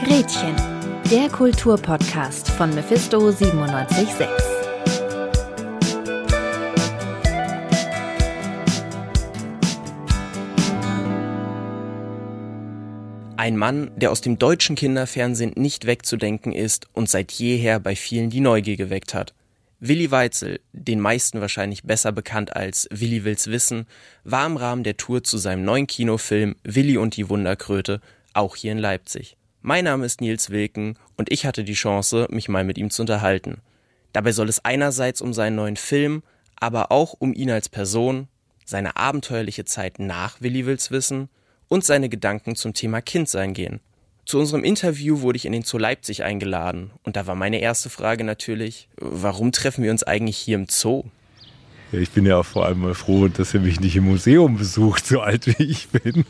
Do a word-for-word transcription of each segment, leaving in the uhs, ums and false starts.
Rädchen, der Kulturpodcast von Mephisto siebenundneunzig Komma sechs. Ein Mann, der aus dem deutschen Kinderfernsehen nicht wegzudenken ist und seit jeher bei vielen die Neugier geweckt hat. Willi Weitzel, den meisten wahrscheinlich besser bekannt als Willi will's wissen, war im Rahmen der Tour zu seinem neuen Kinofilm Willi und die Wunderkröte auch hier in Leipzig. Mein Name ist Nils Wilken und ich hatte die Chance, mich mal mit ihm zu unterhalten. Dabei soll es einerseits um seinen neuen Film, aber auch um ihn als Person, seine abenteuerliche Zeit nach Willi will's wissen und seine Gedanken zum Thema Kindsein gehen. Zu unserem Interview wurde ich in den Zoo Leipzig eingeladen und da war meine erste Frage natürlich, warum treffen wir uns eigentlich hier im Zoo? Ja, ich bin ja auch vor allem mal froh, dass ihr mich nicht im Museum besucht, so alt wie ich bin.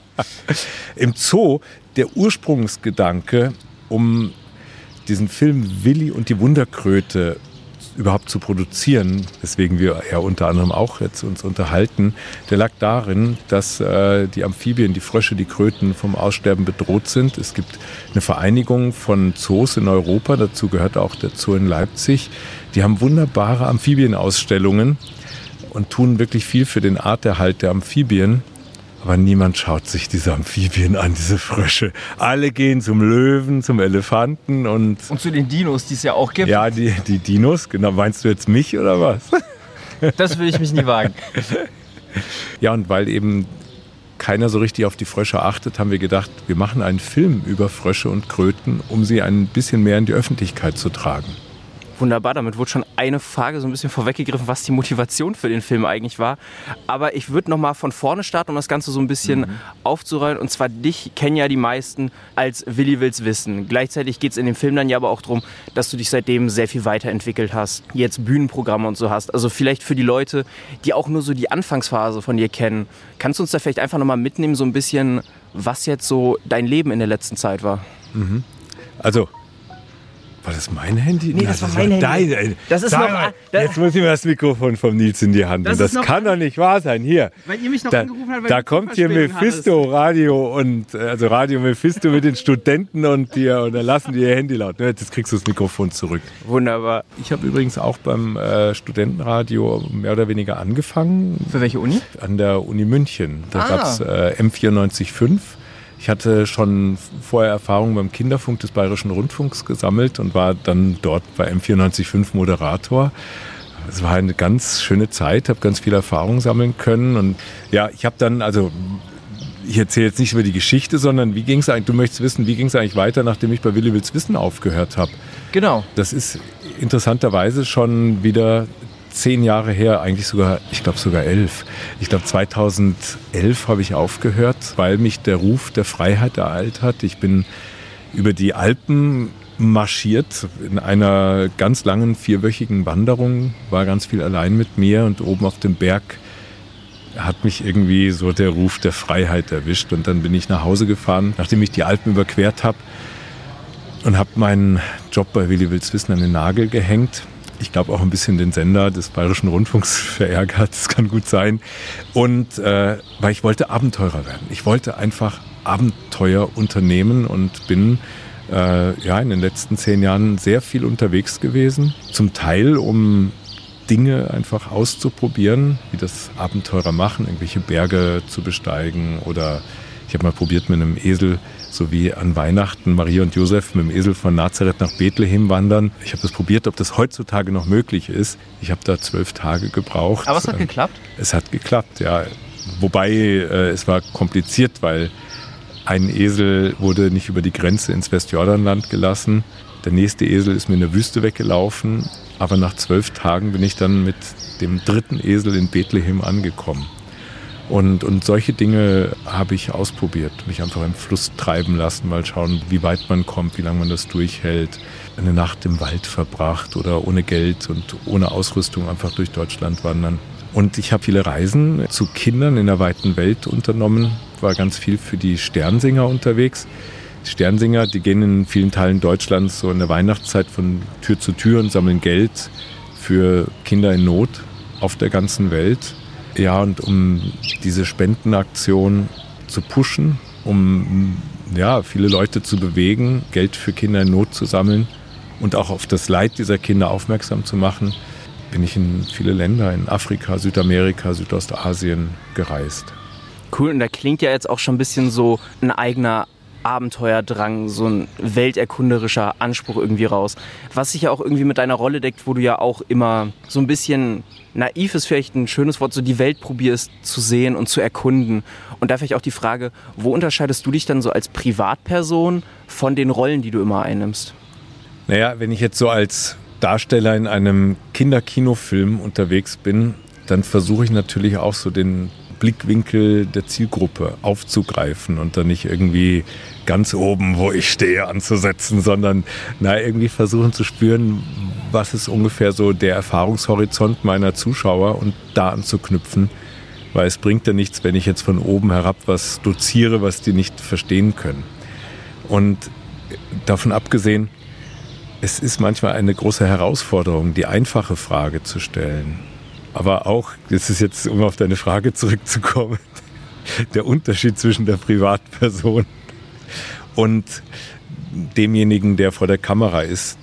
Im Zoo, der Ursprungsgedanke, um diesen Film Willi und die Wunderkröte überhaupt zu produzieren, weswegen wir ja unter anderem auch jetzt uns unterhalten, der lag darin, dass äh, die Amphibien, die Frösche, die Kröten vom Aussterben bedroht sind. Es gibt eine Vereinigung von Zoos in Europa, dazu gehört auch der Zoo in Leipzig. Die haben wunderbare Amphibienausstellungen und tun wirklich viel für den Arterhalt der Amphibien. Aber niemand schaut sich diese Amphibien an, diese Frösche. Alle gehen zum Löwen, zum Elefanten und... Und zu den Dinos, die es ja auch gibt. Ja, die, die Dinos. Genau, meinst du jetzt mich oder was? Das will ich mich nie wagen. Ja, und weil eben keiner so richtig auf die Frösche achtet, haben wir gedacht, wir machen einen Film über Frösche und Kröten, um sie ein bisschen mehr in die Öffentlichkeit zu tragen. Wunderbar, damit wurde schon eine Frage so ein bisschen vorweggegriffen, was die Motivation für den Film eigentlich war. Aber ich würde nochmal von vorne starten, um das Ganze so ein bisschen mhm. aufzurollen. Und zwar dich kennen ja die meisten als Willi will's wissen. Gleichzeitig geht es in dem Film dann ja aber auch darum, dass du dich seitdem sehr viel weiterentwickelt hast. Jetzt Bühnenprogramme und so hast. Also vielleicht für die Leute, die auch nur so die Anfangsphase von dir kennen. Kannst du uns da vielleicht einfach nochmal mitnehmen, so ein bisschen, was jetzt so dein Leben in der letzten Zeit war? Mhm. Also... War das mein Handy? Nee, das, das war mein war Handy. Dein, das ist Sag noch, mal, das jetzt muss ich mir das Mikrofon vom Nils in die Hand nehmen. Das, das kann doch nicht wahr sein. Hier. Weil ihr mich noch da, angerufen habt, weil da kommt hier Mephisto Radio und also Radio Mephisto mit den Studenten und dir und dann lassen die ihr Handy laut. Jetzt kriegst du das Mikrofon zurück. Wunderbar. Ich habe übrigens auch beim äh, Studentenradio mehr oder weniger angefangen. Für welche Uni? An der Uni München. Da ah. gab es äh, M vierundneunzig Komma fünf. Ich hatte schon vorher Erfahrungen beim Kinderfunk des Bayerischen Rundfunks gesammelt und war dann dort bei M vierundneunzig Komma fünf Moderator. Es war eine ganz schöne Zeit, habe ganz viel Erfahrung sammeln können. Und ja, ich habe dann, also ich erzähle jetzt nicht über die Geschichte, sondern wie ging es eigentlich, du möchtest wissen, wie ging es eigentlich weiter, nachdem ich bei Willi will's wissen aufgehört habe. Genau. Das ist interessanterweise schon wieder zehn Jahre her, eigentlich sogar, ich glaube sogar elf. Ich glaube zweitausendelf habe ich aufgehört, weil mich der Ruf der Freiheit ereilt hat. Ich bin über die Alpen marschiert in einer ganz langen vierwöchigen Wanderung, war ganz viel allein mit mir und oben auf dem Berg hat mich irgendwie so der Ruf der Freiheit erwischt. Und dann bin ich nach Hause gefahren, nachdem ich die Alpen überquert habe und habe meinen Job bei Willi will's wissen an den Nagel gehängt. Ich glaube auch ein bisschen den Sender des Bayerischen Rundfunks verärgert, das kann gut sein. Und äh, weil ich wollte Abenteurer werden. Ich wollte einfach Abenteuer unternehmen und bin äh, ja, in den letzten zehn Jahren sehr viel unterwegs gewesen. Zum Teil, um Dinge einfach auszuprobieren, wie das Abenteurer machen, irgendwelche Berge zu besteigen oder ich habe mal probiert mit einem Esel, so wie an Weihnachten Maria und Josef mit dem Esel von Nazareth nach Bethlehem wandern. Ich habe das probiert, ob das heutzutage noch möglich ist. Ich habe da zwölf Tage gebraucht. Aber es hat geklappt? Es hat geklappt, ja. Wobei äh, es war kompliziert, weil ein Esel wurde nicht über die Grenze ins Westjordanland gelassen. Der nächste Esel ist mir in der Wüste weggelaufen. Aber nach zwölf Tagen bin ich dann mit dem dritten Esel in Bethlehem angekommen. Und, und solche Dinge habe ich ausprobiert, mich einfach im Fluss treiben lassen, mal schauen, wie weit man kommt, wie lange man das durchhält. Eine Nacht im Wald verbracht oder ohne Geld und ohne Ausrüstung einfach durch Deutschland wandern. Und ich habe viele Reisen zu Kindern in der weiten Welt unternommen, war ganz viel für die Sternsinger unterwegs. Die Sternsinger, die gehen in vielen Teilen Deutschlands so in der Weihnachtszeit von Tür zu Tür und sammeln Geld für Kinder in Not auf der ganzen Welt. Ja, und um diese Spendenaktion zu pushen, um ja, viele Leute zu bewegen, Geld für Kinder in Not zu sammeln und auch auf das Leid dieser Kinder aufmerksam zu machen, bin ich in viele Länder, in Afrika, Südamerika, Südostasien gereist. Cool, und da klingt ja jetzt auch schon ein bisschen so ein eigener Abenteuerdrang, so ein welterkunderischer Anspruch irgendwie raus. Was sich ja auch irgendwie mit deiner Rolle deckt, wo du ja auch immer so ein bisschen naiv ist vielleicht ein schönes Wort, so die Welt probierst zu sehen und zu erkunden. Und da vielleicht auch die Frage, wo unterscheidest du dich dann so als Privatperson von den Rollen, die du immer einnimmst? Naja, wenn ich jetzt so als Darsteller in einem Kinderkinofilm unterwegs bin, dann versuche ich natürlich auch so den Blickwinkel der Zielgruppe aufzugreifen und dann nicht irgendwie ganz oben, wo ich stehe, anzusetzen, sondern na, irgendwie versuchen zu spüren, was ist ungefähr so der Erfahrungshorizont meiner Zuschauer und da anzuknüpfen, weil es bringt ja nichts, wenn ich jetzt von oben herab was doziere, was die nicht verstehen können. Und davon abgesehen, es ist manchmal eine große Herausforderung, die einfache Frage zu stellen. Aber auch, das ist jetzt, um auf deine Frage zurückzukommen, der Unterschied zwischen der Privatperson und demjenigen, der vor der Kamera ist,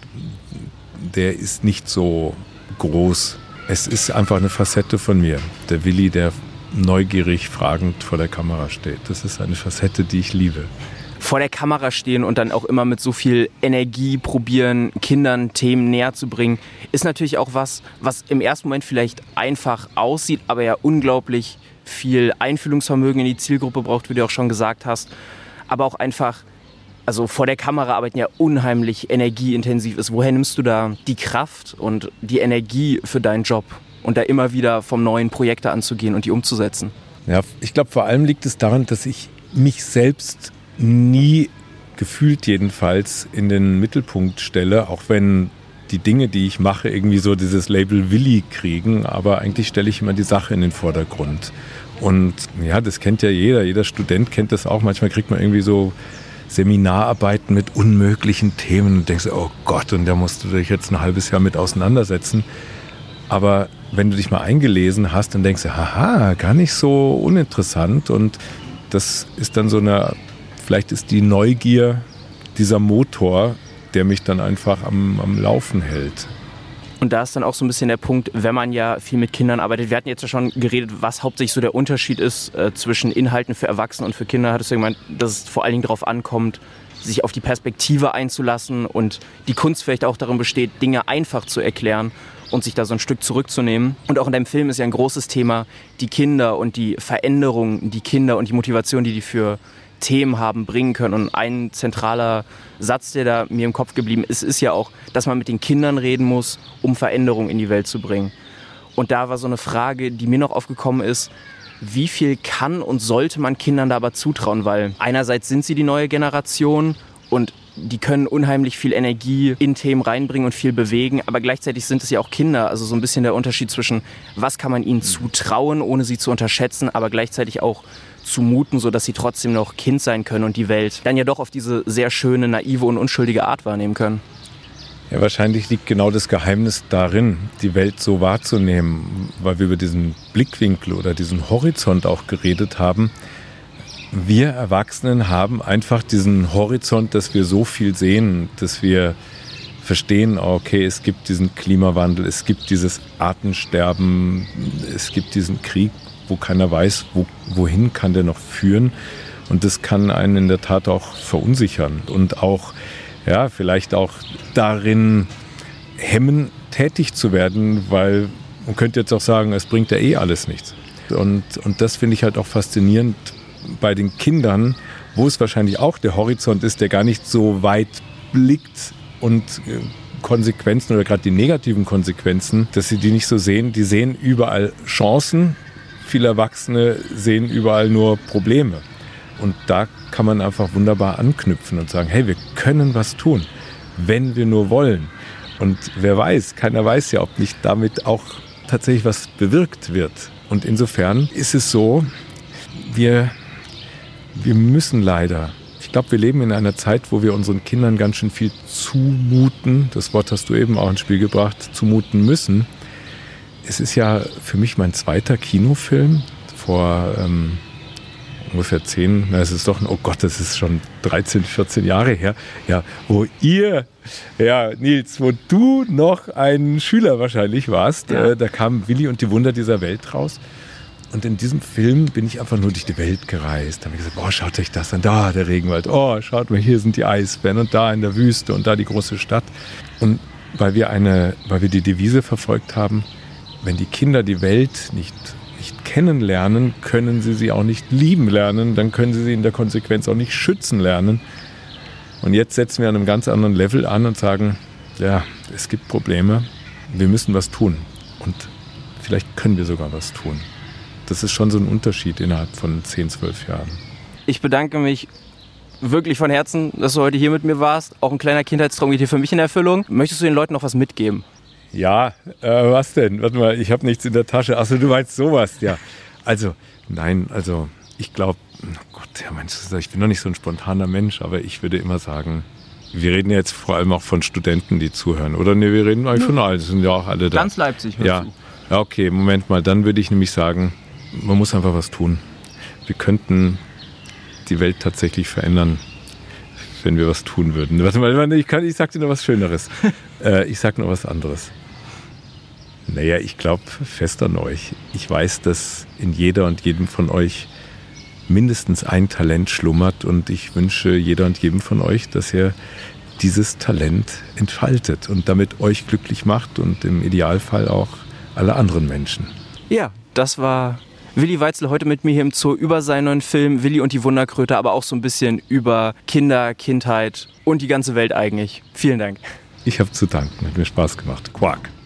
der ist nicht so groß. Es ist einfach eine Facette von mir, der Willi, der neugierig fragend vor der Kamera steht. Das ist eine Facette, die ich liebe. Vor der Kamera stehen und dann auch immer mit so viel Energie probieren, Kindern Themen näher zu bringen, ist natürlich auch was, was im ersten Moment vielleicht einfach aussieht, aber ja unglaublich viel Einfühlungsvermögen in die Zielgruppe braucht, wie du auch schon gesagt hast. Aber auch einfach, also vor der Kamera arbeiten ja unheimlich energieintensiv ist. Woher nimmst du da die Kraft und die Energie für deinen Job und da immer wieder vom neuen Projekte anzugehen und die umzusetzen? Ja, ich glaube, vor allem liegt es daran, dass ich mich selbst nie, gefühlt jedenfalls, in den Mittelpunkt stelle, auch wenn die Dinge, die ich mache, irgendwie so dieses Label Willi kriegen, aber eigentlich stelle ich immer die Sache in den Vordergrund. Und ja, das kennt ja jeder, jeder Student kennt das auch, manchmal kriegt man irgendwie so Seminararbeiten mit unmöglichen Themen und denkst, oh Gott, und da musst du dich jetzt ein halbes Jahr mit auseinandersetzen. Aber wenn du dich mal eingelesen hast, dann denkst du, haha, gar nicht so uninteressant, und das ist dann so eine, vielleicht ist die Neugier dieser Motor, der mich dann einfach am, am Laufen hält. Und da ist dann auch so ein bisschen der Punkt, wenn man ja viel mit Kindern arbeitet. Wir hatten jetzt ja schon geredet, was hauptsächlich so der Unterschied ist äh, zwischen Inhalten für Erwachsene und für Kinder. Hattest du gemeint, dass es vor allen Dingen darauf ankommt, sich auf die Perspektive einzulassen und die Kunst vielleicht auch darin besteht, Dinge einfach zu erklären und sich da so ein Stück zurückzunehmen. Und auch in deinem Film ist ja ein großes Thema die Kinder und die Veränderungen, die Kinder und die Motivation, die die für Themen haben, bringen können. Und ein zentraler Satz, der da mir im Kopf geblieben ist, ist ja auch, dass man mit den Kindern reden muss, um Veränderungen in die Welt zu bringen. Und da war so eine Frage, die mir noch aufgekommen ist, wie viel kann und sollte man Kindern da aber zutrauen? Weil einerseits sind sie die neue Generation und die können unheimlich viel Energie in Themen reinbringen und viel bewegen, aber gleichzeitig sind es ja auch Kinder. Also so ein bisschen der Unterschied zwischen, was kann man ihnen zutrauen, ohne sie zu unterschätzen, aber gleichzeitig auch zumuten, sodass sie trotzdem noch Kind sein können und die Welt dann ja doch auf diese sehr schöne, naive und unschuldige Art wahrnehmen können. Ja, wahrscheinlich liegt genau das Geheimnis darin, die Welt so wahrzunehmen, weil wir über diesen Blickwinkel oder diesen Horizont auch geredet haben. Wir Erwachsenen haben einfach diesen Horizont, dass wir so viel sehen, dass wir verstehen, okay, es gibt diesen Klimawandel, es gibt dieses Artensterben, es gibt diesen Krieg, wo keiner weiß, wo, wohin kann der noch führen. Und das kann einen in der Tat auch verunsichern und auch, ja, vielleicht auch darin hemmen, tätig zu werden, weil man könnte jetzt auch sagen, es bringt ja eh alles nichts. Und, und das finde ich halt auch faszinierend bei den Kindern, wo es wahrscheinlich auch der Horizont ist, der gar nicht so weit blickt und Konsequenzen oder gerade die negativen Konsequenzen, dass sie die nicht so sehen. Die sehen überall Chancen. Viele Erwachsene sehen überall nur Probleme. Und da kann man einfach wunderbar anknüpfen und sagen, hey, wir können was tun, wenn wir nur wollen. Und wer weiß, keiner weiß ja, ob nicht damit auch tatsächlich was bewirkt wird. Und insofern ist es so, wir, wir müssen leider, ich glaube, wir leben in einer Zeit, wo wir unseren Kindern ganz schön viel zumuten, das Wort hast du eben auch ins Spiel gebracht, zumuten müssen. Es ist ja für mich mein zweiter Kinofilm. Vor ähm, ungefähr zehn, na es ist doch, oh Gott, das ist schon dreizehn, vierzehn Jahre her, ja, wo ihr, ja, Nils, wo du noch ein Schüler wahrscheinlich warst, ja. äh, da kam Willi und die Wunder dieser Welt raus. Und in diesem Film bin ich einfach nur durch die Welt gereist. Da habe ich gesagt, boah, schaut euch das an, da der Regenwald, oh, schaut mal, hier sind die Eisbären und da in der Wüste und da die große Stadt. Und weil wir eine, weil wir die Devise verfolgt haben, wenn die Kinder die Welt nicht nicht kennenlernen, können sie sie auch nicht lieben lernen, dann können sie sie in der Konsequenz auch nicht schützen lernen. Und jetzt setzen wir an einem ganz anderen Level an und sagen, ja, es gibt Probleme, wir müssen was tun. Und vielleicht können wir sogar was tun. Das ist schon so ein Unterschied innerhalb von zehn, zwölf Jahren. Ich bedanke mich wirklich von Herzen, dass du heute hier mit mir warst. Auch ein kleiner Kindheitstraum geht hier für mich in Erfüllung. Möchtest du den Leuten noch was mitgeben? Ja, äh, was denn? Warte mal, ich habe nichts in der Tasche. Achso, du meinst sowas, ja. Also, nein, also ich glaube, oh Gott, ja Mensch, ich bin noch nicht so ein spontaner Mensch, aber ich würde immer sagen, wir reden jetzt vor allem auch von Studenten, die zuhören. Oder ne, wir reden eigentlich von allen, das sind ja auch alle da. Ganz Leipzig, hörst ja. du. Ja, okay, Moment mal, dann würde ich nämlich sagen, man muss einfach was tun. Wir könnten die Welt tatsächlich verändern, wenn wir was tun würden. Warte mal, ich, kann, ich sag dir noch was Schöneres. äh, ich sag noch was anderes. Naja, ich glaube fest an euch. Ich weiß, dass in jeder und jedem von euch mindestens ein Talent schlummert und ich wünsche jeder und jedem von euch, dass ihr dieses Talent entfaltet und damit euch glücklich macht und im Idealfall auch alle anderen Menschen. Ja, das war Willi Weitzel heute mit mir hier im Zoo über seinen neuen Film Willi und die Wunderkröte, aber auch so ein bisschen über Kinder, Kindheit und die ganze Welt eigentlich. Vielen Dank. Ich habe zu danken, hat mir Spaß gemacht. Quark.